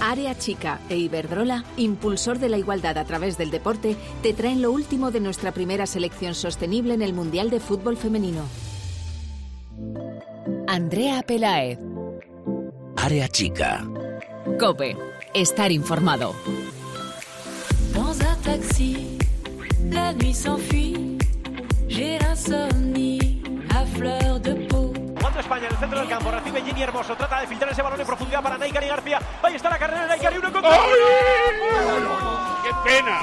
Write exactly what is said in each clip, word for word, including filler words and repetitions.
Área Chica e Iberdrola, impulsor de la igualdad a través del deporte, te traen lo último de nuestra primera selección sostenible en el Mundial de Fútbol Femenino. Andrea Peláez. Área Chica. COPE. Estar informado. Dans un taxi, la nuit s'enfuit, j'ai l'insomnie à fleur de peau. Jugando España en el centro del campo, recibe Jenny Hermoso, trata de filtrar ese balón en profundidad para Naikari García. Ahí está la carrera de Naikari, uno contra uno. ¡Qué pena!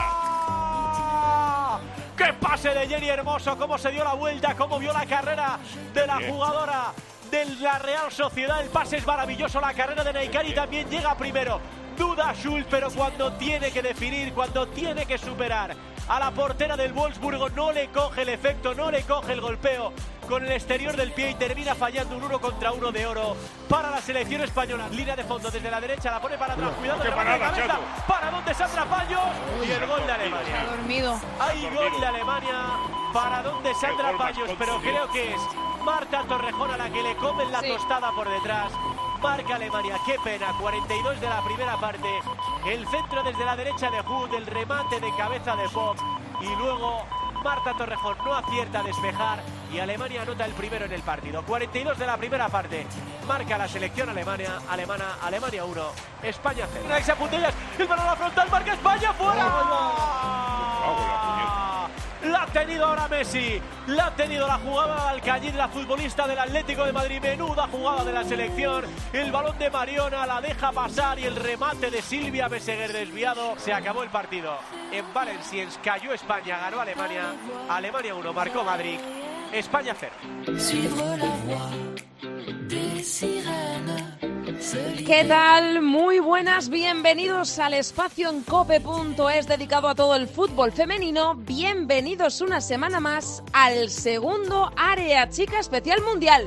¡Qué pase de Jenny Hermoso! Cómo se dio la vuelta, cómo vio la carrera de la jugadora de la Real Sociedad. El pase es maravilloso, la carrera de Naikari también llega primero. Duda Schultz, pero cuando tiene que definir, cuando tiene que superar a la portera del Wolfsburgo, no le coge el efecto, no le coge el golpeo con el exterior del pie y termina fallando un uno contra uno de oro para la selección española. Línea de fondo desde la derecha, la pone para atrás, cuidado, qué parada, cabeza, para donde Sandra Payos y el gol de Alemania. Ha dormido. Hay gol de Alemania para donde Sandra Payos, pero creo que es Marta Torrejón a la que le comen la Sí. tostada por detrás. Marca Alemania, qué pena, cuarenta y dos de la primera parte, el centro desde la derecha de Hood, el remate de cabeza de Pop y luego Marta Torrejón no acierta a despejar y Alemania anota el primero en el partido. cuarenta y dos de la primera parte, marca la selección alemana, alemana, Alemania uno, España cero. Ahí se apuntillas, el balón a la frontal, marca España, fuera. La ha tenido ahora Messi, la ha tenido la jugada de Alcañiz, la futbolista del Atlético de Madrid, menuda jugada de la selección, el balón de Mariona la deja pasar y el remate de Silvia Meseguer desviado, se acabó el partido. En Valenciennes cayó España, ganó Alemania, Alemania uno, marcó Madrid, España cero. Suivre la voie des sirènes. ¿Qué tal? Muy buenas, bienvenidos al espacio en cope punto es dedicado a todo el fútbol femenino. Bienvenidos una semana más al segundo Área Chica Especial Mundial.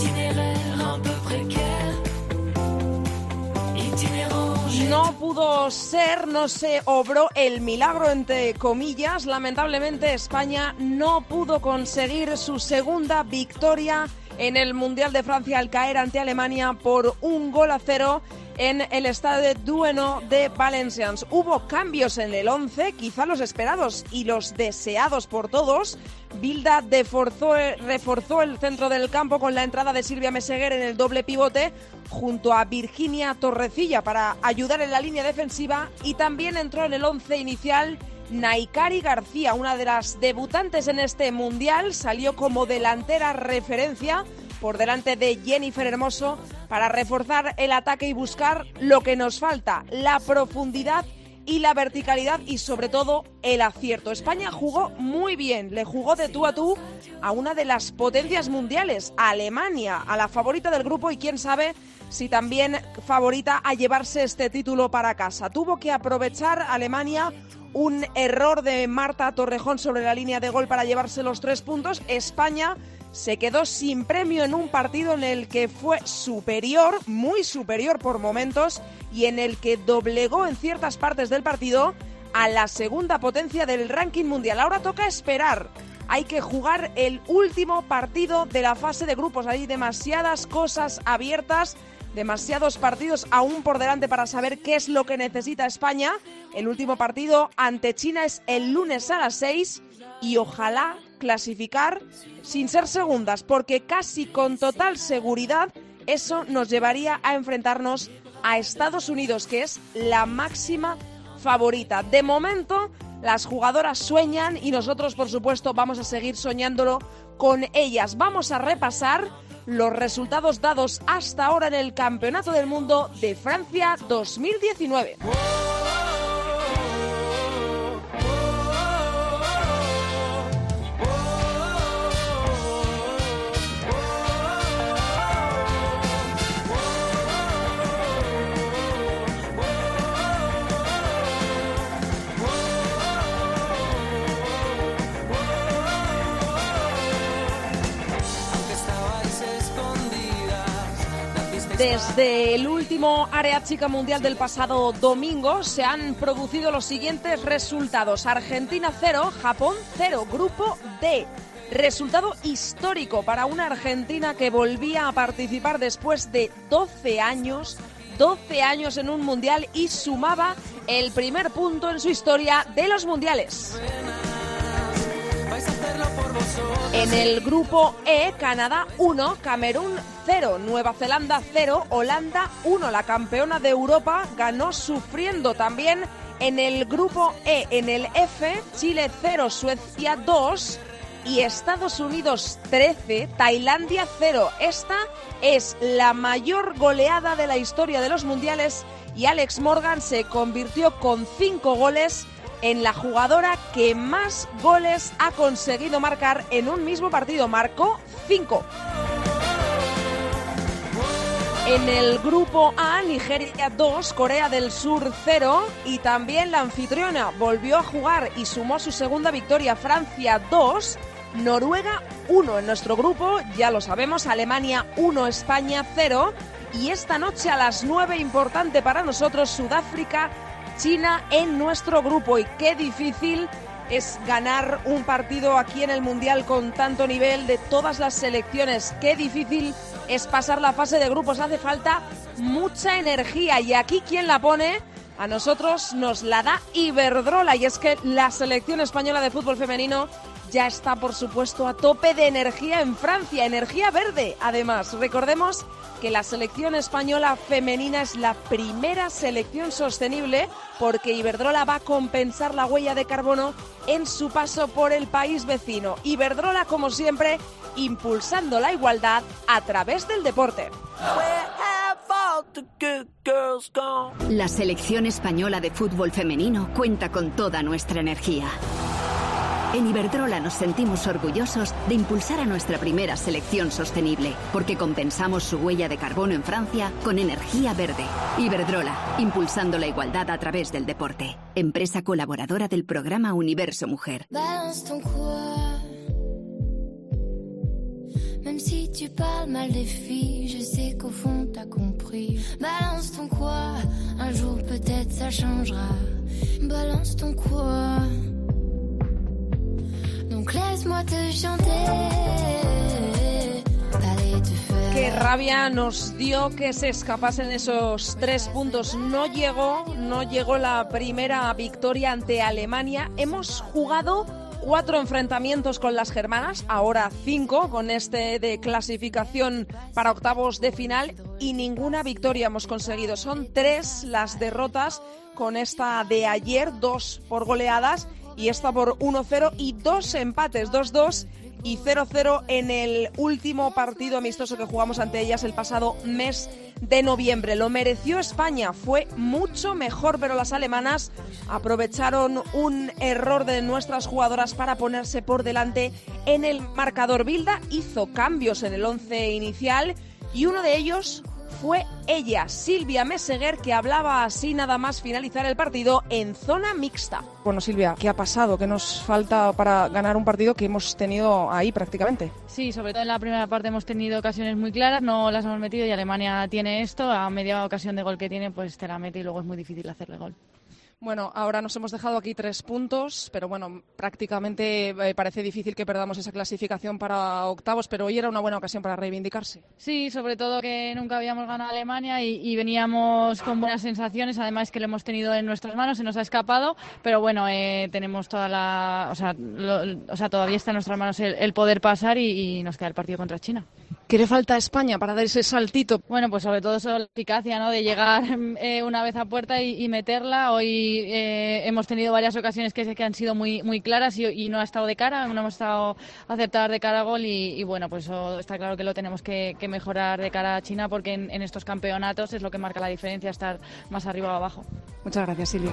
No pudo ser, no se obró el milagro entre comillas. Lamentablemente España no pudo conseguir su segunda victoria en el Mundial de Francia al caer ante Alemania por un gol a cero en el estadio Dueno de Valenciennes. Hubo cambios en el once, quizá los esperados y los deseados por todos. Bilda reforzó, reforzó el centro del campo con la entrada de Silvia Meseguer en el doble pivote junto a Virginia Torrecilla para ayudar en la línea defensiva, y también entró en el once inicial Naikari García, una de las debutantes en este mundial. Salió como delantera referencia por delante de Jennifer Hermoso para reforzar el ataque y buscar lo que nos falta, la profundidad y la verticalidad y sobre todo el acierto. España jugó muy bien, le jugó de tú a tú a una de las potencias mundiales, a Alemania, a la favorita del grupo y quién sabe si también favorita a llevarse este título para casa. Tuvo que aprovechar Alemania un error de Marta Torrejón sobre la línea de gol para llevarse los tres puntos. España se quedó sin premio en un partido en el que fue superior, muy superior por momentos, y en el que doblegó en ciertas partes del partido a la segunda potencia del ranking mundial. Ahora toca esperar. Hay que jugar el último partido de la fase de grupos. Hay demasiadas cosas abiertas, demasiados partidos aún por delante para saber qué es lo que necesita España. El último partido ante China es el lunes a las seis y ojalá clasificar sin ser segundas, porque casi con total seguridad eso nos llevaría a enfrentarnos a Estados Unidos, que es la máxima favorita. De momento, las jugadoras sueñan y nosotros, por supuesto, vamos a seguir soñándolo con ellas. Vamos a repasar los resultados dados hasta ahora en el Campeonato del Mundo de Francia dos mil diecinueve. Desde el último Área Chica Mundial del pasado domingo se han producido los siguientes resultados. Argentina cero, Japón cero, Grupo D. Resultado histórico para una Argentina que volvía a participar después de doce años, doce años en un mundial y sumaba el primer punto en su historia de los mundiales. En el grupo E, Canadá uno, Camerún cero, Nueva Zelanda cero, Holanda uno. La campeona de Europa ganó sufriendo también. En el grupo E, en el F, Chile cero, Suecia dos y Estados Unidos trece, Tailandia cero. Esta es la mayor goleada de la historia de los mundiales y Alex Morgan se convirtió con cinco goles en la jugadora que más goles ha conseguido marcar en un mismo partido. Marcó cinco. En el grupo A, Nigeria dos, Corea del Sur cero y también la anfitriona volvió a jugar y sumó su segunda victoria. Francia dos, Noruega uno. En nuestro grupo, ya lo sabemos, Alemania uno, España cero. Y esta noche a las nueve, importante para nosotros, Sudáfrica China en nuestro grupo. Y qué difícil es ganar un partido aquí en el Mundial con tanto nivel de todas las selecciones. Qué difícil es pasar la fase de grupos. Hace falta mucha energía y aquí ¿quién la pone? A nosotros nos la da Iberdrola, y es que la selección española de fútbol femenino ya está, por supuesto, a tope de energía en Francia, energía verde. Además, recordemos que la selección española femenina es la primera selección sostenible porque Iberdrola va a compensar la huella de carbono en su paso por el país vecino. Iberdrola, como siempre, impulsando la igualdad a través del deporte. La selección española de fútbol femenino cuenta con toda nuestra energía. En Iberdrola nos sentimos orgullosos de impulsar a nuestra primera selección sostenible, porque compensamos su huella de carbono en Francia con energía verde. Iberdrola, impulsando la igualdad a través del deporte. Empresa colaboradora del programa Universo Mujer. Balance ton quoi, même si tu parles mal des filles, je sais qu'au fond t'as compris. Balance ton quoi, un jour peut-être ça changera. Balance ton quoi. Qué rabia nos dio que se escapasen esos tres puntos. No llegó, no llegó la primera victoria ante Alemania. Hemos jugado cuatro enfrentamientos con las germanas, ahora cinco con este de clasificación para octavos de final y ninguna victoria hemos conseguido. Son tres las derrotas con esta de ayer, dos por goleadas y esta por uno cero y dos empates, dos dos y cero cero en el último partido amistoso que jugamos ante ellas el pasado mes de noviembre. Lo mereció España, fue mucho mejor, pero las alemanas aprovecharon un error de nuestras jugadoras para ponerse por delante en el marcador. Bilda hizo cambios en el once inicial y uno de ellos fue ella, Silvia Meseguer, que hablaba así nada más finalizar el partido en zona mixta. Bueno, Silvia, ¿qué ha pasado? ¿Qué nos falta para ganar un partido que hemos tenido ahí prácticamente? Sí, sobre todo en la primera parte hemos tenido ocasiones muy claras, no las hemos metido y Alemania tiene esto, a media ocasión de gol que tiene, pues te la mete y luego es muy difícil hacerle gol. Bueno, ahora nos hemos dejado aquí tres puntos, pero bueno, prácticamente eh, parece difícil que perdamos esa clasificación para octavos, pero hoy era una buena ocasión para reivindicarse. Sí, sobre todo que nunca habíamos ganado a Alemania y, y veníamos con buenas sensaciones, además que lo hemos tenido en nuestras manos, se nos ha escapado, pero bueno, eh, tenemos toda la, o sea, lo, o sea, todavía está en nuestras manos el, el poder pasar y, y nos queda el partido contra China. ¿Qué le falta a España para dar ese saltito? Bueno, pues sobre todo eso, la eficacia, ¿no? De llegar eh, una vez a puerta y, y meterla. Hoy eh, hemos tenido varias ocasiones que, que han sido muy muy claras y, y no ha estado de cara, no hemos estado acertadas de cara a gol y, y bueno, pues eso está claro que lo tenemos que, que mejorar de cara a China porque en, en estos campeonatos es lo que marca la diferencia, estar más arriba o abajo. Muchas gracias, Silvia.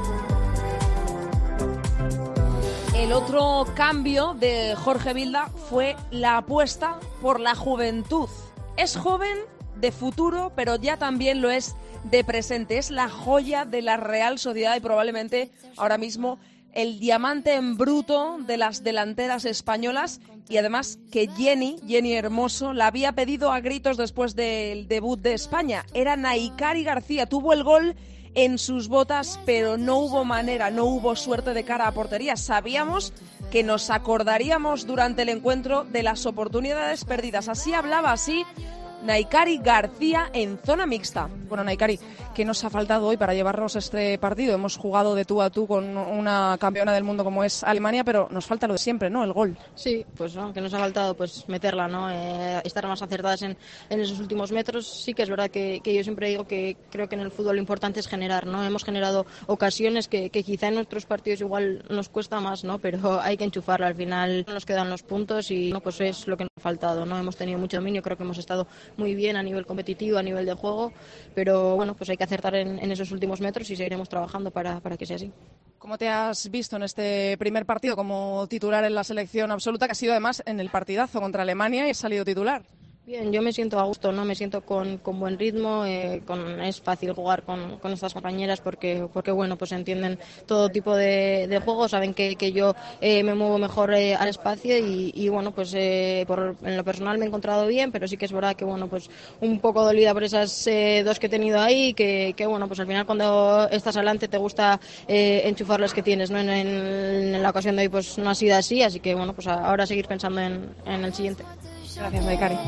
El otro cambio de Jorge Vilda fue la apuesta por la juventud. Es joven de futuro, pero ya también lo es de presente. Es la joya de la Real Sociedad y probablemente ahora mismo el diamante en bruto de las delanteras españolas. Y además que Jenny, Jenny Hermoso, la había pedido a gritos después del debut de España. Era Naikari García, tuvo el gol en sus botas, pero no hubo manera, no hubo suerte de cara a portería. Sabíamos que nos acordaríamos durante el encuentro de las oportunidades perdidas. Así hablaba, así Naikari García en zona mixta. Bueno, Naikari, ¿qué nos ha faltado hoy para llevarnos este partido? Hemos jugado de tú a tú con una campeona del mundo como es Alemania, pero nos falta lo de siempre, ¿no? El gol. Sí, pues no, que nos ha faltado pues meterla, ¿no? Eh, estar más acertadas en, en esos últimos metros. Sí que es verdad que, que yo siempre digo que creo que en el fútbol lo importante es generar, ¿no? Hemos generado ocasiones que, que quizá en nuestros partidos igual nos cuesta más, ¿no? Pero hay que enchufarla. Al final nos quedan los puntos y no, pues es lo que nos ha faltado, ¿no? Hemos tenido mucho dominio, creo que hemos estado muy bien a nivel competitivo, a nivel de juego, pero bueno, pues hay que acertar en, en esos últimos metros y seguiremos trabajando para, para que sea así. ¿Cómo te has visto en este primer partido como titular en la selección absoluta, que ha sido además en el partidazo contra Alemania y has salido titular? Bien, yo me siento a gusto, ¿no? Me siento con, con buen ritmo, eh, con, es fácil jugar con, con estas compañeras porque, porque bueno, pues entienden todo tipo de, de juego, saben que, que yo eh, me muevo mejor eh, al espacio y, y bueno, pues eh, por, en lo personal me he encontrado bien, pero sí que es verdad que bueno, pues un poco dolida por esas eh, dos que he tenido ahí, que, que bueno, pues al final cuando estás adelante te gusta eh, enchufar las que tienes, ¿no? En, en, en la ocasión de hoy pues no ha sido así, así que bueno, pues ahora seguir pensando en, en el siguiente. Gracias, Naikari.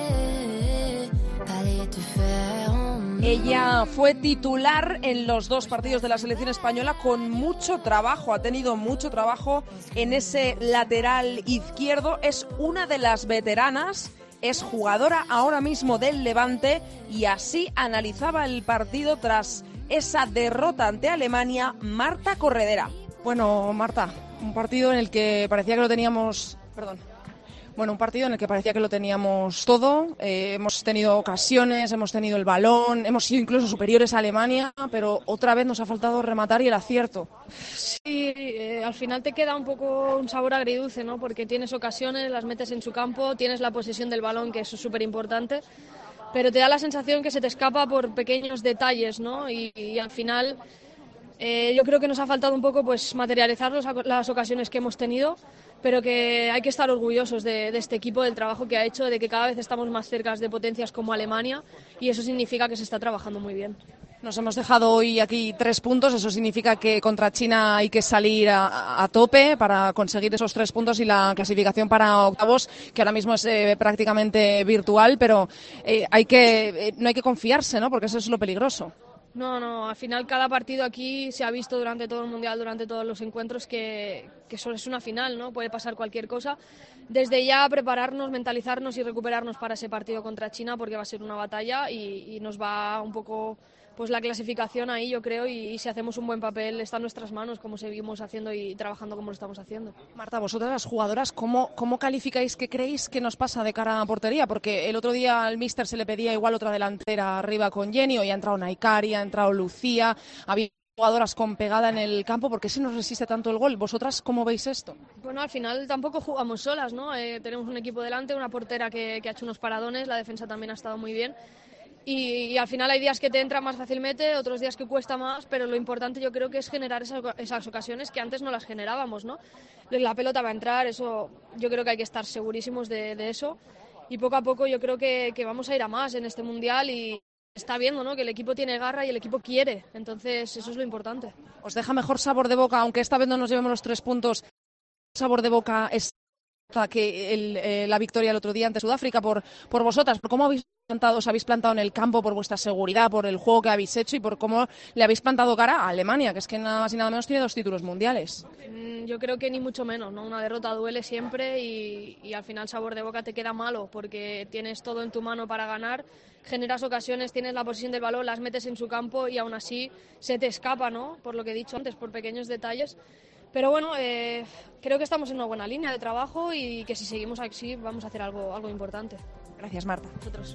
Ella fue titular en los dos partidos de la selección española con mucho trabajo, ha tenido mucho trabajo en ese lateral izquierdo, es una de las veteranas, es jugadora ahora mismo del Levante y así analizaba el partido tras esa derrota ante Alemania Marta Corredera. Bueno, Marta, un partido en el que parecía que lo teníamos... Perdón. Bueno, un partido en el que parecía que lo teníamos todo, eh, hemos tenido ocasiones, hemos tenido el balón, hemos sido incluso superiores a Alemania, pero otra vez nos ha faltado rematar y el acierto. Sí, eh, al final te queda un poco un sabor agridulce, ¿no? Porque tienes ocasiones, las metes en su campo, tienes la posesión del balón, que eso es súper importante, pero te da la sensación que se te escapa por pequeños detalles, ¿no? Y, y al final eh, yo creo que nos ha faltado un poco pues materializar los, las ocasiones que hemos tenido, pero que hay que estar orgullosos de, de este equipo, del trabajo que ha hecho, de que cada vez estamos más cerca de potencias como Alemania y eso significa que se está trabajando muy bien. Nos hemos dejado hoy aquí tres puntos, eso significa que contra China hay que salir a, a tope para conseguir esos tres puntos y la clasificación para octavos, que ahora mismo es eh, prácticamente virtual, pero eh, hay que, eh, no hay que confiarse, ¿no? Porque eso es lo peligroso. No, no, al final cada partido aquí se ha visto durante todo el Mundial, durante todos los encuentros, que, que solo es una final, ¿no? Puede pasar cualquier cosa. Desde ya prepararnos, mentalizarnos y recuperarnos para ese partido contra China, porque va a ser una batalla y, y nos va un poco pues la clasificación ahí, yo creo, y, y si hacemos un buen papel está en nuestras manos, como seguimos haciendo y trabajando como lo estamos haciendo. Marta, vosotras las jugadoras, ¿cómo, cómo calificáis, qué creéis que nos pasa de cara a portería? Porque el otro día al míster se le pedía igual otra delantera arriba con Jenny, hoy ha entrado Naikari, ha entrado Lucía, había jugadoras con pegada en el campo, ¿por qué se nos resiste tanto el gol? ¿Vosotras cómo veis esto? Bueno, al final tampoco jugamos solas, ¿no? Eh, tenemos un equipo delante, una portera que, que ha hecho unos paradones, la defensa también ha estado muy bien. Y, y al final hay días que te entran más fácilmente, otros días que cuesta más, pero lo importante yo creo que es generar esas, esas ocasiones que antes no las generábamos, ¿no? La pelota va a entrar, eso yo creo que hay que estar segurísimos de, de eso y poco a poco yo creo que, que vamos a ir a más en este Mundial y está viendo, ¿no? Que el equipo tiene garra y el equipo quiere, entonces eso es lo importante. ¿Os deja mejor sabor de boca, aunque esta vez no nos llevemos los tres puntos, sabor de boca es que el, eh, la victoria el otro día ante Sudáfrica por, por vosotras, por cómo habéis plantado, os habéis plantado en el campo, por vuestra seguridad, por el juego que habéis hecho y por cómo le habéis plantado cara a Alemania, que es que nada más y nada menos tiene dos títulos mundiales? Yo creo que ni mucho menos, ¿no? Una derrota duele siempre y, y al final sabor de boca te queda malo porque tienes todo en tu mano para ganar, generas ocasiones, tienes la posesión del balón, las metes en su campo y aún así se te escapa, ¿no? Por lo que he dicho antes, por pequeños detalles. Pero bueno, eh, creo que estamos en una buena línea de trabajo y que si seguimos así vamos a hacer algo, algo importante. Gracias, Marta. Nosotros.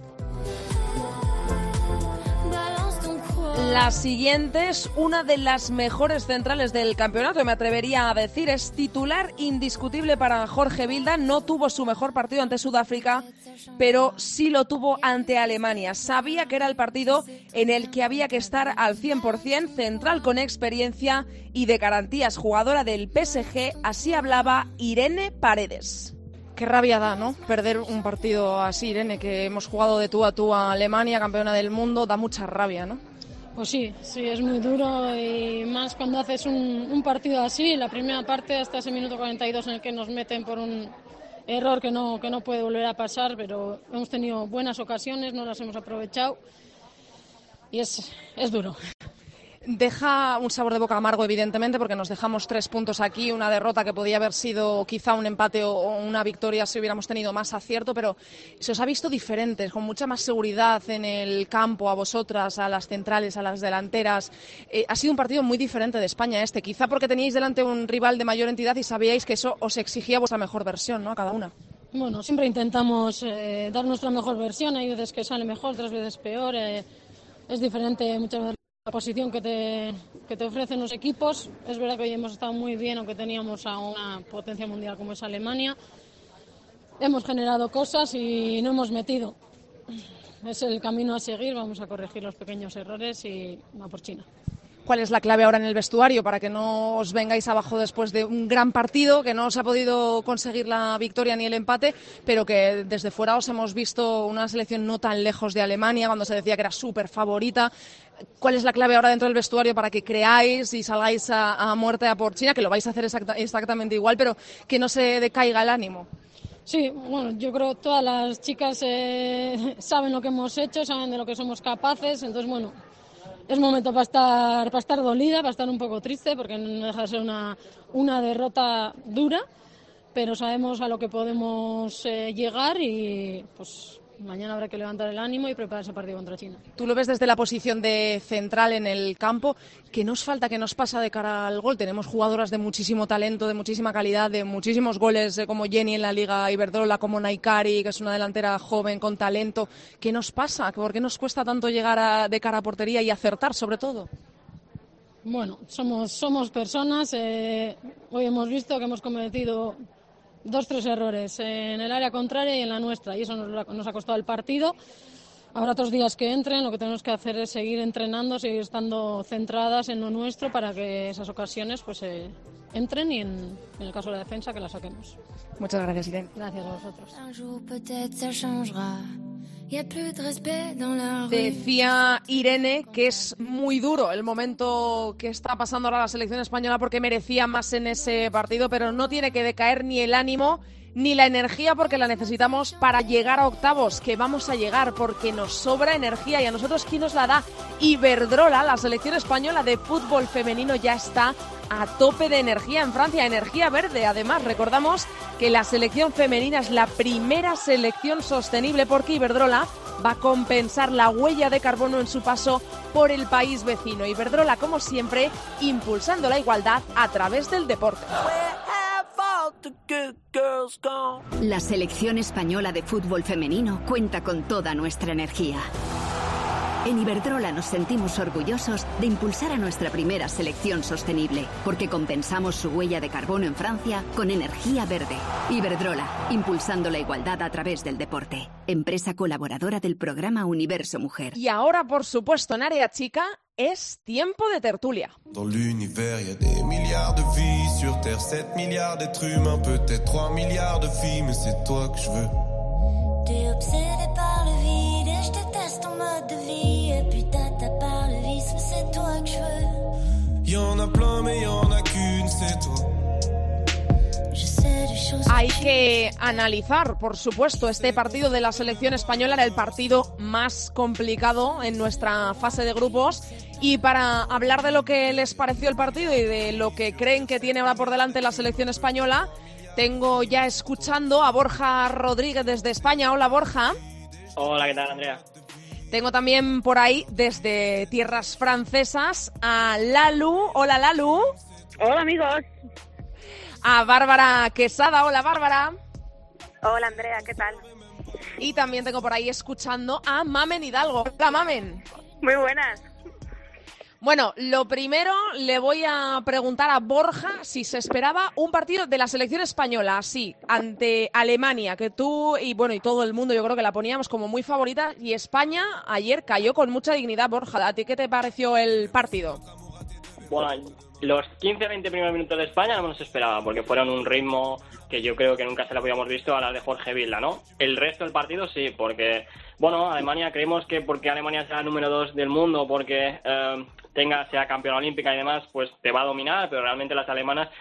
La siguiente es una de las mejores centrales del campeonato, me atrevería a decir. Es titular indiscutible para Jorge Vilda. No tuvo su mejor partido ante Sudáfrica, pero sí lo tuvo ante Alemania. Sabía que era el partido en el que había que estar al cien por ciento, central con experiencia y de garantías, jugadora del P S G. Así hablaba Irene Paredes. Qué rabia da, ¿no? Perder un partido así, Irene, que hemos jugado de tú a tú a Alemania, campeona del mundo, da mucha rabia, ¿no? Pues sí, sí, es muy duro y más cuando haces un, un partido así, la primera parte hasta ese minuto cuarenta y dos en el que nos meten por un error que no, que no puede volver a pasar, pero hemos tenido buenas ocasiones, no las hemos aprovechado y es, es duro. Deja un sabor de boca amargo, evidentemente, porque nos dejamos tres puntos aquí, una derrota que podía haber sido quizá un empate o una victoria si hubiéramos tenido más acierto, pero se os ha visto diferentes, con mucha más seguridad en el campo, a vosotras, a las centrales, a las delanteras. Eh, ha sido un partido muy diferente de España este, quizá porque teníais delante un rival de mayor entidad y sabíais que eso os exigía vuestra mejor versión, ¿no?, a cada una. Bueno, siempre intentamos eh, dar nuestra mejor versión, hay veces que sale mejor, otras veces peor, eh, es diferente muchas veces la posición que te, que te ofrecen los equipos. Es verdad que hoy hemos estado muy bien, aunque teníamos a una potencia mundial como es Alemania. Hemos generado cosas y no hemos metido. Es el camino a seguir, vamos a corregir los pequeños errores y va por China. ¿Cuál es la clave ahora en el vestuario para que no os vengáis abajo después de un gran partido, que no os ha podido conseguir la victoria ni el empate, pero que desde fuera os hemos visto una selección no tan lejos de Alemania, cuando se decía que era súper favorita? ¿Cuál es la clave ahora dentro del vestuario para que creáis y salgáis a, a muerte a por China, que lo vais a hacer exacta, exactamente igual, pero que no se decaiga el ánimo? Sí, bueno, yo creo que todas las chicas eh, saben lo que hemos hecho, saben de lo que somos capaces, entonces bueno, es momento para estar, para estar dolida, para estar un poco triste, porque no deja de ser una, una derrota dura, pero sabemos a lo que podemos eh, llegar y pues mañana habrá que levantar el ánimo y preparar ese partido contra China. Tú lo ves desde la posición de central en el campo. ¿Qué nos falta, qué nos pasa de cara al gol? Tenemos jugadoras de muchísimo talento, de muchísima calidad, de muchísimos goles, eh, como Jenny en la Liga Iberdrola, como Naikari, que es una delantera joven con talento. ¿Qué nos pasa? ¿Por qué nos cuesta tanto llegar a, de cara a portería y acertar, sobre todo? Bueno, somos, somos personas. Eh, hoy hemos visto que hemos cometido dos, tres errores en el área contraria y en la nuestra, y eso nos, nos ha costado el partido. Habrá otros días que entren, lo que tenemos que hacer es seguir entrenando, seguir estando centradas en lo nuestro para que esas ocasiones pues eh, entren y en, en el caso de la defensa que la saquemos. Muchas gracias, Irene. Gracias a vosotros. Decía Irene que es muy duro el momento que está pasando ahora la selección española porque merecía más en ese partido, pero no tiene que decaer ni el ánimo ni la energía porque la necesitamos para llegar a octavos, que vamos a llegar porque nos sobra energía. Y a nosotros, ¿quién nos la da? Iberdrola, la selección española de fútbol femenino, ya está a tope de energía en Francia, energía verde. Además, recordamos que la selección femenina es la primera selección sostenible porque Iberdrola va a compensar la huella de carbono en su paso por el país vecino. Iberdrola, como siempre, impulsando la igualdad a través del deporte. La selección española de fútbol femenino cuenta con toda nuestra energía. En Iberdrola nos sentimos orgullosos de impulsar a nuestra primera selección sostenible, porque compensamos su huella de carbono en Francia con energía verde. Iberdrola, impulsando la igualdad a través del deporte. Empresa colaboradora del programa Universo Mujer. Y ahora, por supuesto, en Área Chica, es tiempo de tertulia. Dans l'univers, il y a des milliards de vies sur Terre, sept milliards d'êtres humains, peut-être trois milliards de filles, mais c'est toi que je veux. T'es obsédé par le vide et je déteste ton mode de vie. Et puis t'as par le vice, mais c'est toi que je veux. Y'en a plein, mais y'en a qu'une, c'est toi. Hay que analizar, por supuesto, este partido de la selección española, era el partido más complicado en nuestra fase de grupos. Y para hablar de lo que les pareció el partido y de lo que creen que tiene ahora por delante la selección española, tengo ya escuchando a Borja Rodríguez desde España. Hola, Borja. Hola, ¿qué tal, Andrea? Tengo también por ahí, desde tierras francesas, a Lalu. Hola, Lalu. Hola, amigos. A Bárbara Quesada. Hola, Bárbara. Hola, Andrea, ¿qué tal? Y también tengo por ahí escuchando a Mamen Hidalgo. Hola, Mamen. Muy buenas. Bueno, lo primero le voy a preguntar a Borja si se esperaba un partido de la selección española así, ante Alemania, que tú y bueno y todo el mundo yo creo que la poníamos como muy favorita, y España ayer cayó con mucha dignidad. Borja, ¿a ti qué te pareció el partido? Bueno, los quince a veinte primeros minutos de España no me los esperaba, porque fueron un ritmo que yo creo que nunca se lo habíamos visto a la de Jorge Vilda, ¿no? El resto del partido sí, porque, bueno, Alemania, creemos que porque Alemania sea el número dos del mundo, porque eh, tenga sea campeona olímpica y demás, pues te va a dominar, pero realmente las alemanas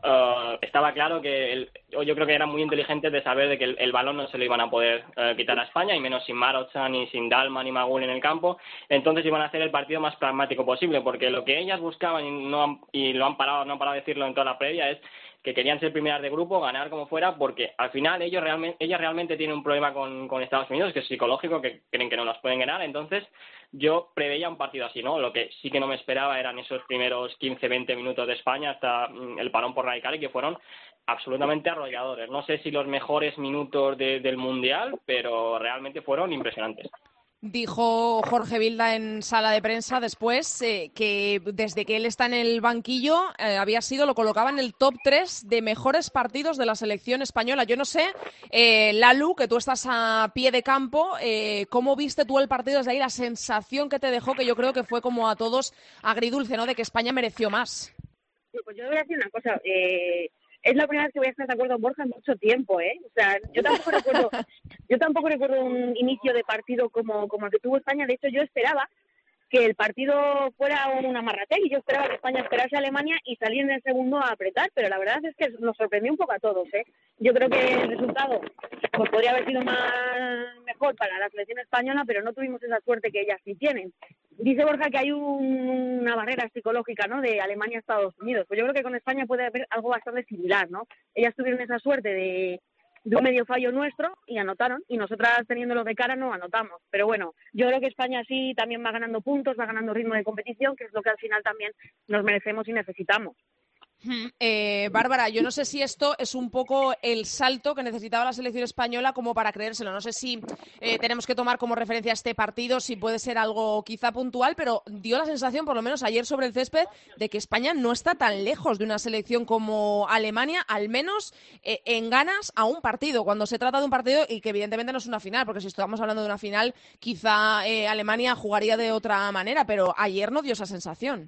uh, estaba claro que el, yo creo que eran muy inteligentes de saber de que el, el balón no se lo iban a poder uh, quitar a España, y menos sin Marocha, ni sin Dalma, ni Magul en el campo. Entonces iban a hacer el partido más pragmático posible, porque lo que ellas buscaban, y, no han, y lo han parado, no han parado de decirlo en toda la previa, es que querían ser primeras de grupo, ganar como fuera, porque al final ellos realmente, ellas realmente tienen un problema con, con Estados Unidos, que es psicológico, que creen que no nos pueden ganar. Entonces yo preveía un partido así, ¿no? Lo que sí que no me esperaba eran esos primeros quince veinte minutos de España hasta el parón por Radicali, que fueron absolutamente arrolladores. No sé si los mejores minutos de, del Mundial, pero realmente fueron impresionantes. Dijo Jorge Vilda en sala de prensa después eh, que desde que él está en el banquillo eh, había sido, lo colocaba en el top tres de mejores partidos de la selección española. Yo no sé, eh, Lalu, que tú estás a pie de campo, eh, ¿cómo viste tú el partido desde ahí? La sensación que te dejó, que yo creo que fue como a todos agridulce, ¿no? De que España mereció más. Sí, pues yo voy a decir una cosa. Eh... Es la primera vez que voy a estar de acuerdo con Borja en mucho tiempo, ¿eh? O sea, yo tampoco recuerdo, yo tampoco recuerdo un inicio de partido como, como el que tuvo España. De hecho, yo esperaba que el partido fuera un amarrategui. Yo esperaba que España esperase a Alemania y salir en el segundo a apretar, pero la verdad es que nos sorprendió un poco a todos, ¿eh? Yo creo que el resultado pues podría haber sido más mejor para la selección española, pero no tuvimos esa suerte que ellas sí tienen. Dice Borja que hay un, una barrera psicológica, ¿no?, de Alemania a Estados Unidos. Pues yo creo que con España puede haber algo bastante similar, ¿no? Ellas tuvieron esa suerte de, de un medio fallo nuestro y anotaron, y nosotras teniéndolo de cara no anotamos. Pero bueno, yo creo que España sí también va ganando puntos, va ganando ritmo de competición, que es lo que al final también nos merecemos y necesitamos. Eh, Bárbara, yo no sé si esto es un poco el salto que necesitaba la selección española como para creérselo. No sé si eh, tenemos que tomar como referencia este partido, si puede ser algo quizá puntual, pero dio la sensación, por lo menos ayer sobre el césped, de que España no está tan lejos de una selección como Alemania, al menos eh, en ganas a un partido, cuando se trata de un partido y que evidentemente no es una final, porque si estamos hablando de una final, quizá eh, Alemania jugaría de otra manera, pero ayer no dio esa sensación.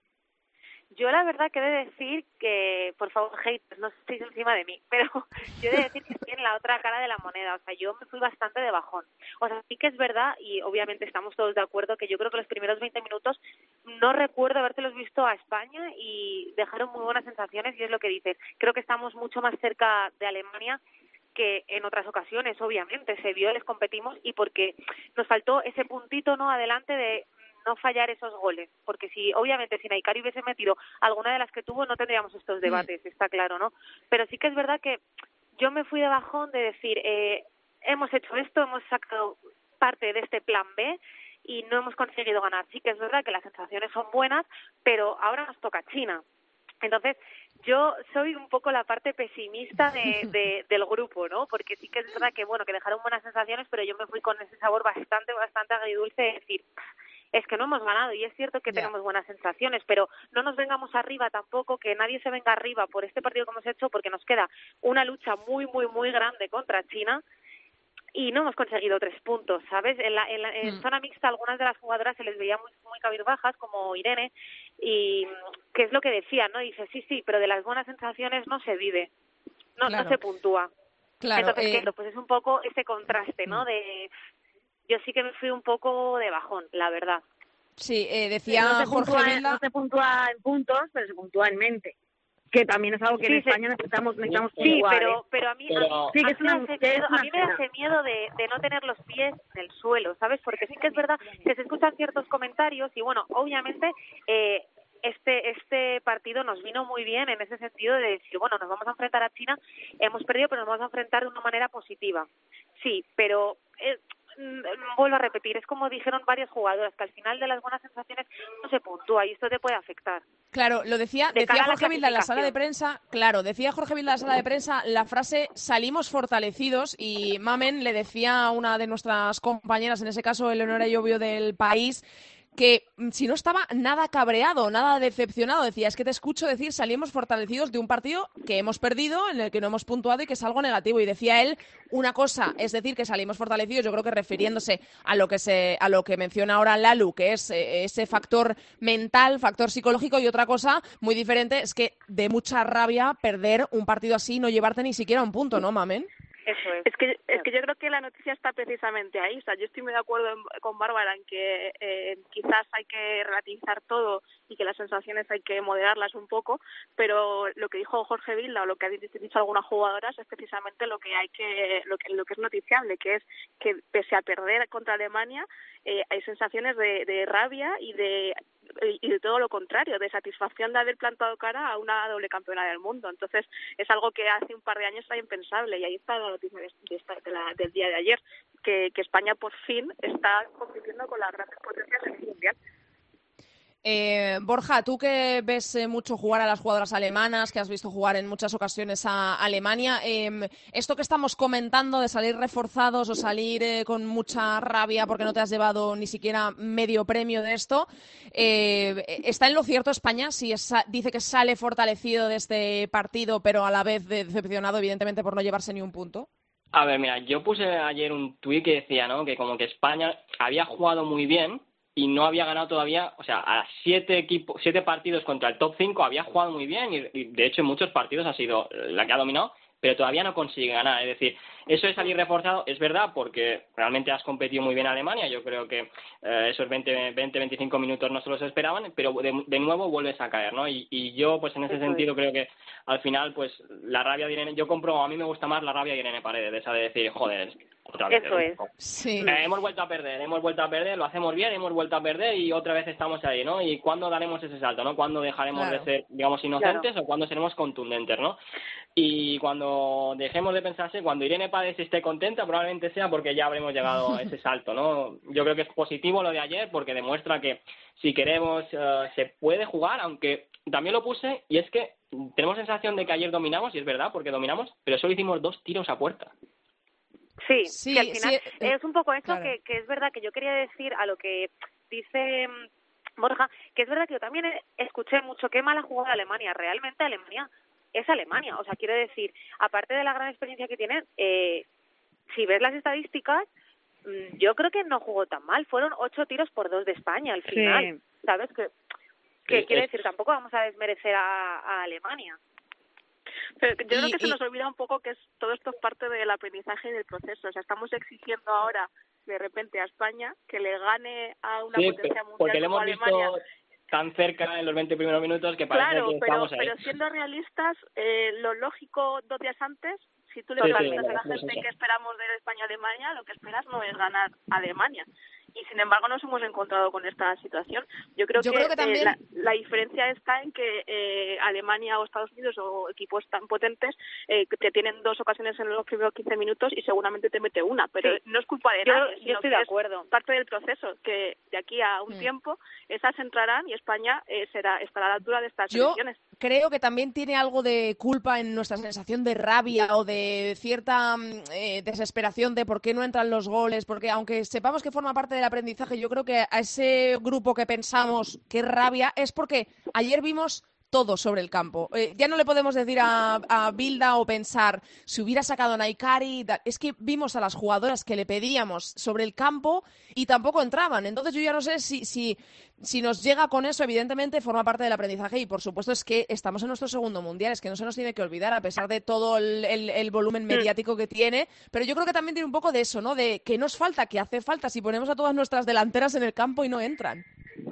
Yo la verdad que he de decir que, por favor, haters, no estéis encima de mí, pero yo he de decir que estoy en la otra cara de la moneda. O sea, yo me fui bastante de bajón. O sea, sí que es verdad, y obviamente estamos todos de acuerdo, que yo creo que los primeros veinte minutos no recuerdo habérselos visto a España y dejaron muy buenas sensaciones, y es lo que dices. Creo que estamos mucho más cerca de Alemania que en otras ocasiones, obviamente. Se vio, les competimos, y porque nos faltó ese puntito, ¿no?, adelante de no fallar esos goles, porque si obviamente si Naikari hubiese metido alguna de las que tuvo no tendríamos estos debates, está claro, ¿no? Pero sí que es verdad que yo me fui de bajón de decir, eh, hemos hecho esto, hemos sacado parte de este plan B y no hemos conseguido ganar. Sí que es verdad que las sensaciones son buenas, pero ahora nos toca China. Entonces, yo soy un poco la parte pesimista de, de, del grupo, ¿no? Porque sí que es verdad que, bueno, que dejaron buenas sensaciones, pero yo me fui con ese sabor bastante, bastante agridulce de decir, es que no hemos ganado, y es cierto que yeah. tenemos buenas sensaciones, pero no nos vengamos arriba tampoco, que nadie se venga arriba por este partido que hemos hecho, porque nos queda una lucha muy, muy, muy grande contra China y no hemos conseguido tres puntos, ¿sabes? En, la, en, la, en mm. zona mixta algunas de las jugadoras se les veía muy, muy cabizbajas, como Irene, y que es lo que decía, ¿no? Dice, sí, sí, pero de las buenas sensaciones no se vive, no, claro. no se puntúa. Claro, Entonces, eh... claro, pues es un poco ese contraste, ¿no? De... Yo sí que me fui un poco de bajón, la verdad. Sí, eh, decía no se Jorge puntúa, Vilda... No se puntúa en puntos, pero se puntúa en mente. Que también es algo que sí, en España necesitamos, necesitamos sí, puntuar, pero, ¿eh? pero a mí, pero... a, Sí, a, que es una, mí me que hace es miedo, a mí me hace miedo de, de no tener los pies en el suelo, ¿sabes? Porque sí que es verdad que se escuchan ciertos comentarios y, bueno, obviamente... Eh, Este este partido nos vino muy bien en ese sentido de decir, bueno, nos vamos a enfrentar a China, hemos perdido, pero nos vamos a enfrentar de una manera positiva. Sí, pero eh, vuelvo a repetir, es como dijeron varias jugadoras, que al final de las buenas sensaciones no se puntúa y esto te puede afectar. Claro, lo decía, de decía Jorge Vilda en la sala de prensa, claro, decía Jorge Vilda en la sala de prensa la frase salimos fortalecidos, y Mamen le decía a una de nuestras compañeras, en ese caso Eleonora Llobio del País, que si no estaba nada cabreado, nada decepcionado, decía, es que te escucho decir salimos fortalecidos de un partido que hemos perdido, en el que no hemos puntuado y que es algo negativo. Y decía él una cosa, es decir, que salimos fortalecidos, yo creo que refiriéndose a lo que se, a lo que menciona ahora Lalu, que es eh, ese factor mental, factor psicológico, y otra cosa muy diferente es que de mucha rabia perder un partido así y no llevarte ni siquiera un punto, ¿no, Mamen? Eso es. Es que, es que yo creo que la noticia está precisamente ahí. O sea, yo estoy muy de acuerdo en, con Bárbara en que eh, quizás hay que relativizar todo y que las sensaciones hay que moderarlas un poco, pero lo que dijo Jorge Vilda o lo que ha dicho algunas jugadoras es precisamente lo que hay que, lo que, lo que es noticiable, que es que pese a perder contra Alemania, eh, hay sensaciones de, de rabia y de y de todo lo contrario, de satisfacción de haber plantado cara a una doble campeona del mundo. Entonces es algo que hace un par de años era impensable, y ahí está la noticia de, de esta, de la, del día de ayer, que, que España por fin está compitiendo con las grandes potencias en el mundial. Eh, Borja, tú que ves eh, mucho jugar a las jugadoras alemanas, que has visto jugar en muchas ocasiones a Alemania, eh, esto que estamos comentando de salir reforzados o salir eh, con mucha rabia porque no te has llevado ni siquiera medio premio de esto, eh, ¿está en lo cierto España? Si es, dice que sale fortalecido de este partido, pero a la vez decepcionado, evidentemente, por no llevarse ni un punto. A ver, mira, yo puse ayer un tuit que decía, ¿no?, que como que España había jugado muy bien y no había ganado todavía, o sea, a siete equipos, siete partidos contra el top cinco había jugado muy bien y, y de hecho en muchos partidos ha sido la que ha dominado, pero todavía no consigue ganar. Es decir, eso es salir reforzado, es verdad, porque realmente has competido muy bien a Alemania. Yo creo que eh, esos veinte, veinticinco minutos no se los esperaban, pero de, de nuevo vuelves a caer, ¿no? Y, y yo, pues en ese eso sentido, es. creo que al final, pues la rabia de Irene, yo compro, a mí me gusta más la rabia de Irene Paredes, esa de decir, joder, otra vez. Eso es. Sí. Eh, hemos vuelto a perder, hemos vuelto a perder, lo hacemos bien, hemos vuelto a perder y otra vez estamos ahí, ¿no? ¿Y cuándo daremos ese salto, no? ¿Cuándo dejaremos claro. de ser, digamos, inocentes claro. o cuándo seremos contundentes, ¿no? Y cuando dejemos de pensarse, cuando Irene Paredes esté contenta, probablemente sea porque ya habremos llegado a ese salto, ¿no? Yo creo que es positivo lo de ayer porque demuestra que si queremos uh, se puede jugar, aunque también lo puse, y es que tenemos sensación de que ayer dominamos, y es verdad, porque dominamos, pero solo hicimos dos tiros a puerta. Sí, sí, que al final sí, eh, es un poco eso claro. que, que es verdad que yo quería decir a lo que dice Borja, que es verdad que yo también escuché mucho qué mala jugada Alemania. Realmente Alemania es Alemania, o sea, quiero decir, aparte de la gran experiencia que tienen, eh, si ves las estadísticas, yo creo que no jugó tan mal, fueron ocho tiros por dos de España al final, sí. ¿Sabes? Que, que sí, quiero es... decir, tampoco vamos a desmerecer a, a Alemania. Pero yo y, creo que se y... nos olvida un poco que es, todo esto es parte del aprendizaje y del proceso. O sea, estamos exigiendo ahora, de repente, a España que le gane a una sí, potencia mundial porque le como hemos Alemania. Visto tan cerca en los veinte primeros minutos que parece claro, que pero, estamos ahí. pero siendo realistas, eh, lo lógico dos días antes, si tú le sí, preguntas sí, a la sí, gente sí. que esperamos de España-Alemania, lo que esperas no es ganar a Alemania. Y sin embargo nos hemos encontrado con esta situación. Yo creo Yo que, creo que también... eh, la, la diferencia está en que eh, Alemania o Estados Unidos o equipos tan potentes eh, que te tienen dos ocasiones en los primeros quince minutos y seguramente te mete una, pero sí. no es culpa de yo, nadie, yo estoy de acuerdo. Es parte del proceso, que de aquí a un mm. tiempo esas entrarán y España eh, será estará a la altura de estas yo selecciones. Creo que también tiene algo de culpa en nuestra sensación de rabia o de cierta eh, desesperación de por qué no entran los goles, porque aunque sepamos que forma parte del aprendizaje, yo creo que a ese grupo que pensamos que rabia es porque ayer vimos todo sobre el campo. Eh, ya no le podemos decir a, a Vilda o pensar si hubiera sacado a Naikari, es que vimos a las jugadoras que le pedíamos sobre el campo y tampoco entraban. Entonces yo ya no sé si, si, si nos llega con eso, evidentemente forma parte del aprendizaje y por supuesto es que estamos en nuestro segundo mundial, es que no se nos tiene que olvidar a pesar de todo el, el, el volumen mediático que tiene, pero yo creo que también tiene un poco de eso, ¿no? De que nos falta, que hace falta si ponemos a todas nuestras delanteras en el campo y no entran.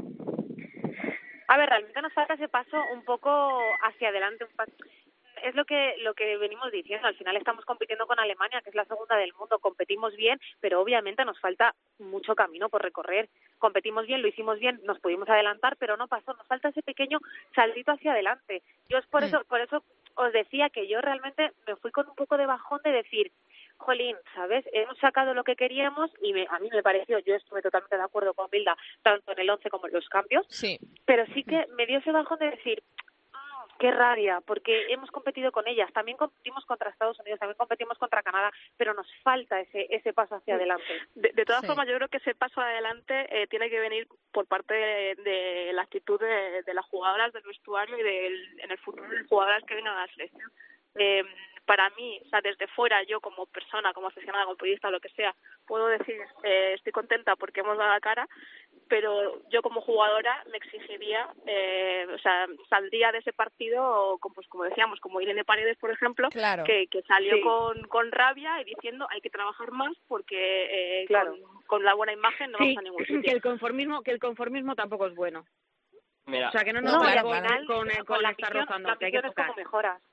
A ver, realmente nos falta ese paso un poco hacia adelante. Un paso. Es lo que lo que venimos diciendo. Al final estamos compitiendo con Alemania, que es la segunda del mundo. Competimos bien, pero obviamente nos falta mucho camino por recorrer. Competimos bien, lo hicimos bien, nos pudimos adelantar, pero no pasó. Nos falta ese pequeño saltito hacia adelante. Yo es por eso, por eso os decía que yo realmente me fui con un poco de bajón de decir, jolín, ¿sabes? Hemos sacado lo que queríamos y me, a mí me pareció, yo estuve totalmente de acuerdo con Vilda, tanto en el once como en los cambios, sí. Pero sí que me dio ese bajón de decir, oh, qué rabia, porque hemos competido con ellas, también competimos contra Estados Unidos, también competimos contra Canadá, pero nos falta ese ese paso hacia adelante. De, de todas sí. formas, yo creo que ese paso adelante eh, tiene que venir por parte de, de la actitud de, de las jugadoras del vestuario y del, en el futuro de las jugadoras que vengan a la selección. Eh, para mí, o sea, desde fuera, yo como persona, como aficionada, como periodista, lo que sea, puedo decir, eh, estoy contenta porque hemos dado la cara, pero yo como jugadora me exigiría, eh, o sea, saldría de ese partido, con, pues como decíamos, como Irene Paredes, por ejemplo, claro. que, que salió Sí. con, con rabia y diciendo hay que trabajar más porque eh, Claro. con, con la buena imagen no Sí, vamos a ningún sitio. que el conformismo, que el conformismo tampoco es bueno. Mira, O sea, que no nos No, vale claro, con, claro. con, con, con la estar afición, rozando, la que hay que afición es tocar. como mejoras.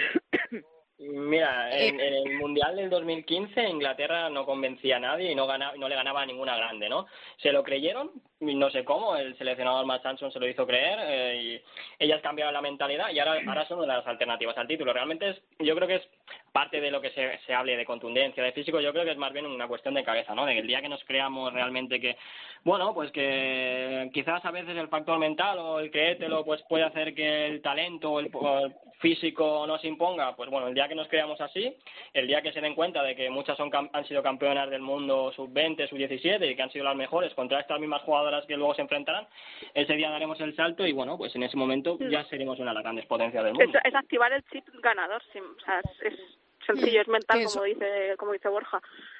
Mira, en, en el Mundial del dos mil quince Inglaterra no convencía a nadie y no, ganaba, no le ganaba a ninguna grande, ¿no? Se lo creyeron, no sé cómo, el seleccionador Matt Sanson se lo hizo creer eh, y ellas cambiaron la mentalidad y ahora, ahora son una de las alternativas al título. Realmente es, yo creo que es parte de lo que se, se hable de contundencia, de físico, yo creo que es más bien una cuestión de cabeza, ¿no? De que el día que nos creamos realmente que, bueno, pues que quizás a veces el factor mental o el creértelo pues puede hacer que el talento o el, o el físico no se imponga, pues bueno, el día que nos creamos así, el día que se den cuenta de que muchas son han sido campeonas del mundo sub veinte, sub diecisiete y que han sido las mejores contra estas mismas jugadoras que luego se enfrentarán, ese día daremos el salto y bueno, pues en ese momento ya seremos una de las grandes potencias del mundo. Es, es activar el chip ganador, sí, o sea, es, es sencillo, es mental, Eso. como dice como dice Borja.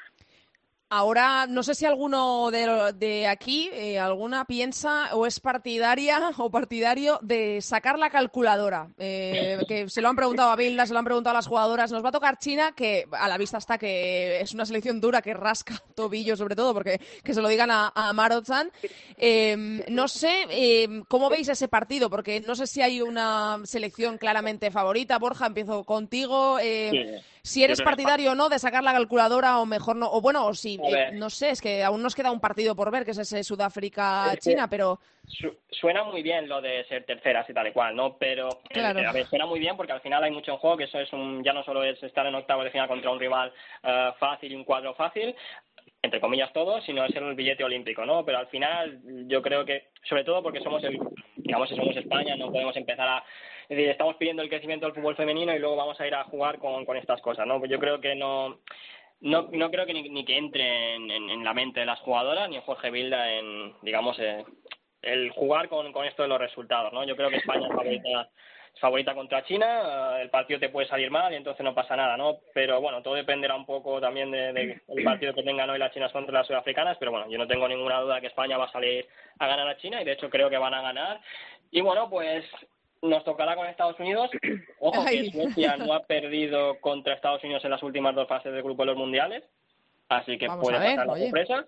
Ahora, no sé si alguno de, de aquí, eh, alguna piensa o es partidaria o partidario de sacar la calculadora. Eh, que se lo han preguntado a Bilda, se lo han preguntado a las jugadoras. Nos va a tocar China, que a la vista está que es una selección dura, que rasca tobillo sobre todo, porque que se lo digan a, a Maruchan. Eh, no sé eh, cómo veis ese partido, porque no sé si hay una selección claramente favorita. Borja, empiezo contigo. Eh, Sí. Si eres Yo creo que partidario o no de sacar la calculadora o mejor no, o bueno, o si, A eh, ver. no sé, es que aún nos queda un partido por ver, que es ese Sudáfrica-China, Es que- pero Su- Suena muy bien lo de ser terceras y tal y cual, ¿no? Pero, eh, Claro. a ver, suena muy bien porque al final hay mucho en juego, que eso es un, ya no solo es estar en octavos de final contra un rival eh, fácil y un cuadro fácil, entre comillas todo, sino es el billete olímpico, ¿no? Pero al final yo creo que, sobre todo porque somos el, digamos que somos España, no podemos empezar a, es decir, estamos pidiendo el crecimiento del fútbol femenino y luego vamos a ir a jugar con, con estas cosas, ¿no? Pues yo creo que no, no, no creo que ni, ni que entre en, en, en la mente de las jugadoras ni en Jorge Vilda en, digamos, eh, el jugar con, con esto de los resultados, ¿no? Yo creo que España es favorita, es favorita contra China, eh, el partido te puede salir mal y entonces no pasa nada, ¿no? Pero bueno, todo dependerá un poco también de, de el partido que tengan hoy las chinas contra las sudafricanas, pero bueno, yo no tengo ninguna duda que España va a salir a ganar a China y de hecho creo que van a ganar. Y bueno, pues nos tocará con Estados Unidos. Ojo que Ay. Suecia no ha perdido contra Estados Unidos en las últimas dos fases del grupo de los mundiales, así que Vamos puede a ver, pasar la oye. sorpresa.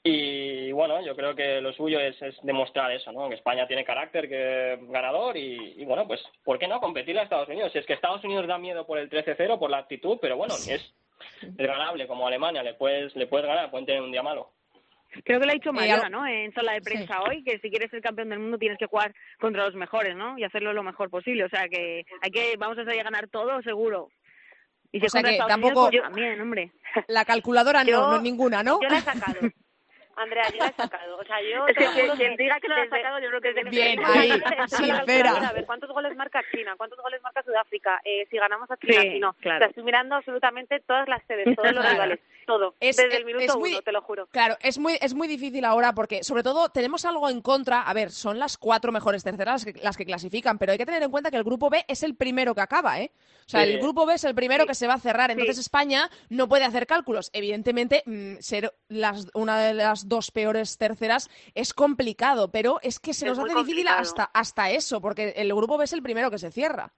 Y bueno, yo creo que lo suyo es, es demostrar eso, ¿no? Que España tiene carácter que ganador y, y bueno, pues ¿por qué no competirle a Estados Unidos? Si es que Estados Unidos da miedo por el trece cero, por la actitud, pero bueno, es, es ganable como Alemania, le puedes le puedes ganar, pueden tener un día malo. Creo que lo ha dicho Eh, Mariona, al- ¿no? En sala de prensa hoy, que si quieres ser campeón del mundo tienes que jugar contra los mejores, ¿no? Y hacerlo lo mejor posible. O sea que hay que vamos a salir a ganar todo, seguro. Y si O es sea contra que Estados tampoco- Unidos, pues también, hombre. la calculadora no, Yo- no ninguna, ¿no? Yo la he sacado. Andrea, yo la he sacado. O sea, yo Es te que lo juro quien que diga que lo ha desde- sacado, yo creo que es desde Bien, que- ahí, Estoy en la sincera. calculadora, a ver cuántos goles marca China, cuántos goles marca Sudáfrica, eh, si ganamos a China, Sí, si no. claro. O sea, estoy mirando absolutamente todas las sedes, todos los Claro. rivales, todo. Es- desde es- el minuto es muy- uno, te lo juro. Claro, es muy, es muy difícil ahora porque, sobre todo, tenemos algo en contra. A ver, son las cuatro mejores terceras las que, las que clasifican, pero hay que tener en cuenta que el grupo B es el primero que acaba, ¿eh? O sea, Sí. el grupo B es el primero que se va a cerrar. Entonces, Sí. España no puede hacer cálculos. Evidentemente, mm, ser las, una de las dos peores terceras es complicado, pero es que se Es nos muy hace difícil complicado. hasta, hasta eso, porque el grupo B es el primero que se cierra.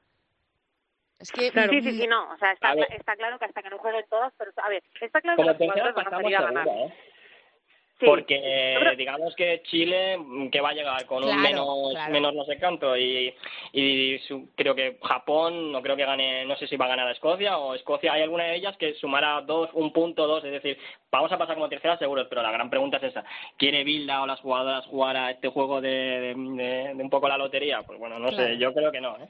Es que. Claro. Sí, sí, sí, no. O sea, está, A ver. está claro que hasta que no jueguen todas, pero a ver, está claro que Como los tercera jugadores van a pasamos salir a ganar. segura, ¿eh? Sí. Porque Yo creo- digamos que Chile mm, que va a llegar con Claro, un menos claro. menos no sé cuánto y, y su- creo que Japón no creo que gane, no sé si va a ganar a Escocia o Escocia, hay alguna de ellas que sumará dos, un punto, dos, es decir, vamos a pasar como tercera seguros, pero la gran pregunta es esa, ¿quiere Bilda o las jugadoras jugar a este juego de, de, de- de un poco la lotería? Pues bueno, no Claro. sé, yo creo que no, ¿eh?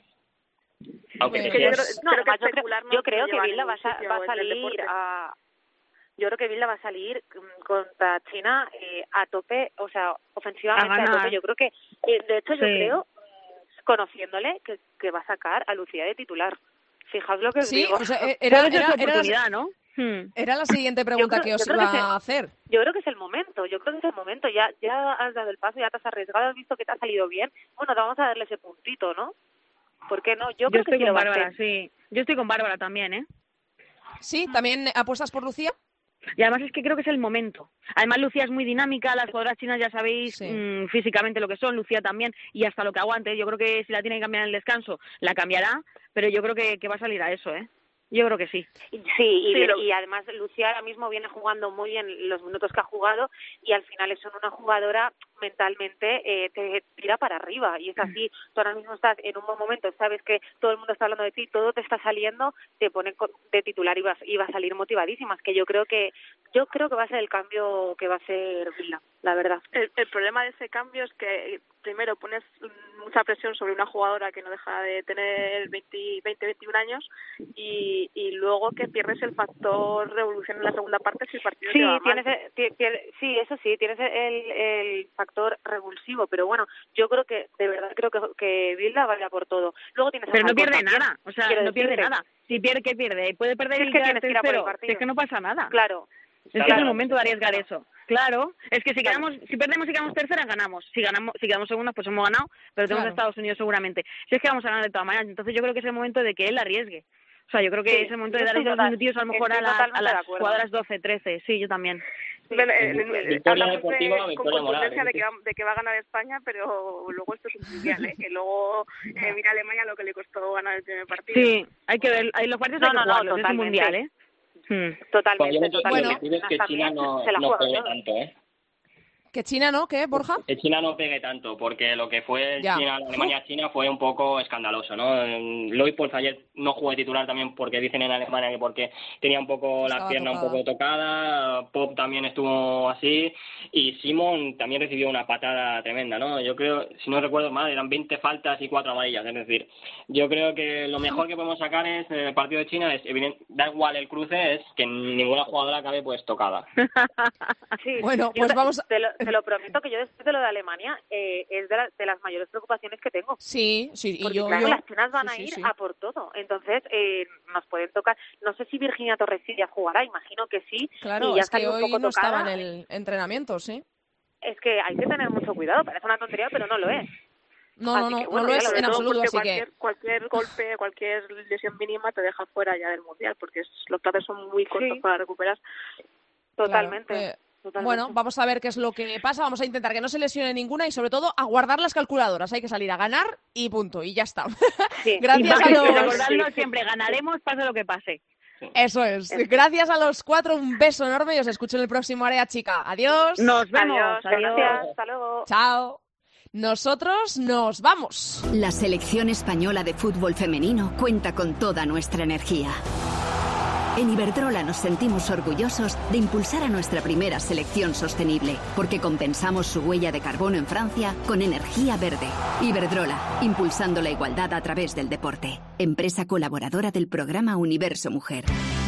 Aunque Pues- sí yo es- creo, No, creo que además yo creo, especular no yo nos creo que lleva a Bilda va a, ningún sa- sitio va a en el salir deporte. a... Yo creo que Bilda va a salir mm, contra China eh, a tope, o sea, ofensivamente A a, ganar. tope. Yo creo que, eh, de hecho, yo Sí. creo, mm, conociéndole, que, que va a sacar a Lucía de titular. Fijaos lo que os Sí, digo. o sea, eh, era, Puede ser era- su era la- oportunidad, ¿no? Hmm. era la siguiente pregunta creo- que os yo creo iba que se- a hacer. Yo creo que es el momento, yo creo que es el momento. Ya ya has dado el paso, ya te has arriesgado, has visto que te ha salido bien. Bueno, vamos a darle ese puntito, ¿no? ¿Por qué no? Yo, Yo creo que estoy sí con lo va a Bárbara, hacer. sí. Yo estoy con Bárbara también, ¿eh? Sí, ¿también apuestas por Lucía? Y además es que creo que es el momento. Además Lucía es muy dinámica, las jugadoras chinas ya sabéis Sí. mmm, físicamente lo que son, Lucía también, y hasta lo que aguante. Yo creo que si la tiene que cambiar en el descanso, la cambiará, pero yo creo que, que va a salir a eso, ¿eh? Yo creo que sí. Sí, y, Sí, lo- y además Lucía ahora mismo viene jugando muy bien los minutos que ha jugado y al final es una jugadora mentalmente eh, te tira para arriba y es así. Tú ahora mismo estás en un buen momento, sabes que todo el mundo está hablando de ti, todo te está saliendo, te pone con- de titular y vas y va a salir motivadísima. Es que yo creo que yo creo que va a ser el cambio que va a hacer Vila, la verdad. El, el problema de ese cambio es que primero pones mucha presión sobre una jugadora que no deja de tener veinte, veintiún años y, y luego que pierdes el factor revolución en la segunda parte si el partido Sí, te va mal. tienes, el- ti- ti- sí, eso sí, tienes el, el factor revulsivo, pero bueno, yo creo que, de verdad, creo que, que Vilda vaya por todo. Luego tienes a Pero no Falcón pierde también, nada, o sea, quiero no pierde decirte. nada. Si pierde, ¿qué pierde? Puede perder Sí, y es que quedar tienes que ir a por el tercero. partido. Si es que no pasa nada. Claro. Es que es Claro. el momento de arriesgar eso. Claro, es que si quedamos, si perdemos y quedamos terceras, ganamos. Si ganamos, si quedamos segundas, pues hemos ganado, pero tenemos Claro. a Estados Unidos seguramente. Si es que vamos a ganar de todas maneras, entonces yo creo que es el momento de que él arriesgue. O sea, yo creo que Sí, es el momento yo de darle estoy dos total- minutillos a lo mejor a estoy las, a totalmente de las acuerdo. jugadoras doce, trece. Sí, yo también. Bueno, eh, eh, Victoria hablamos deportiva, de, con victoria moral, contundencia de ¿eh? que, va, de que va a ganar España, pero luego esto es un mundial, ¿eh? Que luego eh, mira Alemania lo que le costó ganar el primer partido. Sí, hay que ver, hay los partidos No, hay que no, no, jugarlos, es un totalmente. mundial, ¿eh? Hmm. Totalmente, Bueno, totalmente. lo que es que China no, se la no juega pegue todo. tanto, ¿eh? ¿Que China no? ¿Qué, Borja? Que China no pegue tanto, porque lo que fue Ya. China, Alemania-China fue un poco escandaloso, ¿no? Lois Polz ayer no jugó de titular también porque dicen en Alemania que porque tenía un poco la Estaba pierna un tocada. poco tocada, Pop también estuvo así, y Simon también recibió una patada tremenda, ¿no? Yo creo, si no recuerdo mal, eran veinte faltas y cuatro amarillas, es decir, yo creo que lo mejor que podemos sacar es en el partido de China, es evidente, da igual el cruce, es que ninguna jugadora acabe pues tocada. Sí, Bueno, yo pues te, vamos a- te, lo, te lo prometo que yo después de lo de Alemania eh, es de, la- de las mayores preocupaciones que tengo. Sí, sí, y Porque yo... claro, yo- las chinas van sí, a sí, ir sí. a por todo. Entonces, eh, nos pueden tocar. No sé si Virginia Torrecilla jugará, imagino que sí. Claro, y ya es que salió un hoy poco no tocada. estaba en el entrenamiento, sí. Es que hay que tener mucho cuidado. Parece una tontería, pero no lo es. No, Así no, no, que, no bueno, lo ya es lo en veremos, absoluto, porque así cualquier, que... cualquier golpe, cualquier lesión mínima te deja fuera ya del mundial, porque es- los plazos son muy cortos Sí. para recuperar. Totalmente. Claro, eh, totalmente. Bueno, vamos a ver qué es lo que pasa, vamos a intentar que no se lesione ninguna y sobre todo a guardar las calculadoras. Hay que salir a ganar y punto, y ya está. Sí. Gracias Y a los... recordadlo siempre, ganaremos pase lo que pase. Eso es. Gracias a los cuatro, un beso enorme y os escucho en el próximo Área Chica. Adiós. Nos vemos. Adiós, Adiós. Gracias. Hasta luego. Chao. Nosotros nos vamos. La selección española de fútbol femenino cuenta con toda nuestra energía. En Iberdrola nos sentimos orgullosos de impulsar a nuestra primera selección sostenible, porque compensamos su huella de carbono en Francia con energía verde. Iberdrola, impulsando la igualdad a través del deporte. Empresa colaboradora del programa Universo Mujer.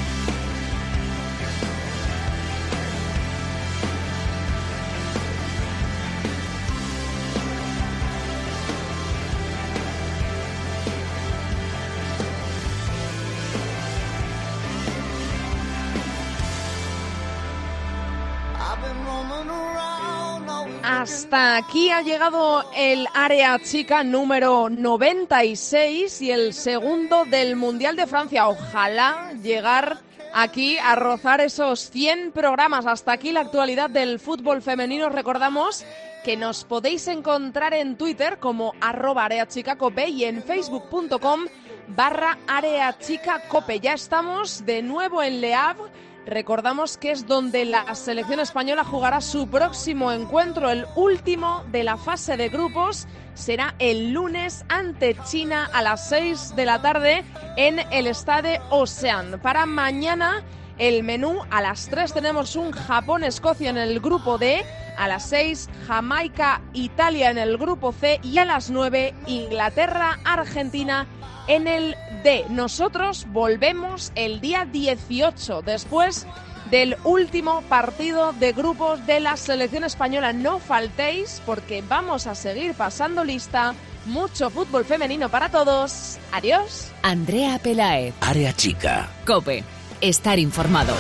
Hasta aquí ha llegado el Área Chica número noventa y seis y el segundo del Mundial de Francia. Ojalá llegar aquí a rozar esos cien programas. Hasta aquí la actualidad del fútbol femenino. Recordamos que nos podéis encontrar en Twitter como arroba areachicacope y en facebook punto com barra areachicacope. Ya estamos de nuevo en Le Havre. Recordamos que es donde la selección española jugará su próximo encuentro, el último de la fase de grupos. Será el lunes ante China a las seis de la tarde en el Stade Océan. Para mañana, el menú: a las tres tenemos un Japón-Escocia en el grupo D, a las seis Jamaica-Italia en el grupo C y a las nueve Inglaterra-Argentina en el D. Nosotros volvemos el día dieciocho, después del último partido de grupos de la selección española. No faltéis porque vamos a seguir pasando lista. Mucho fútbol femenino para todos. Adiós. Andrea Pelaez. Área Chica. COPE. Estar informado.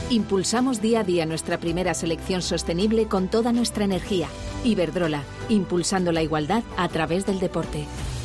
Impulsamos día a día nuestra primera selección sostenible con toda nuestra energía. Iberdrola, impulsando la igualdad a través del deporte.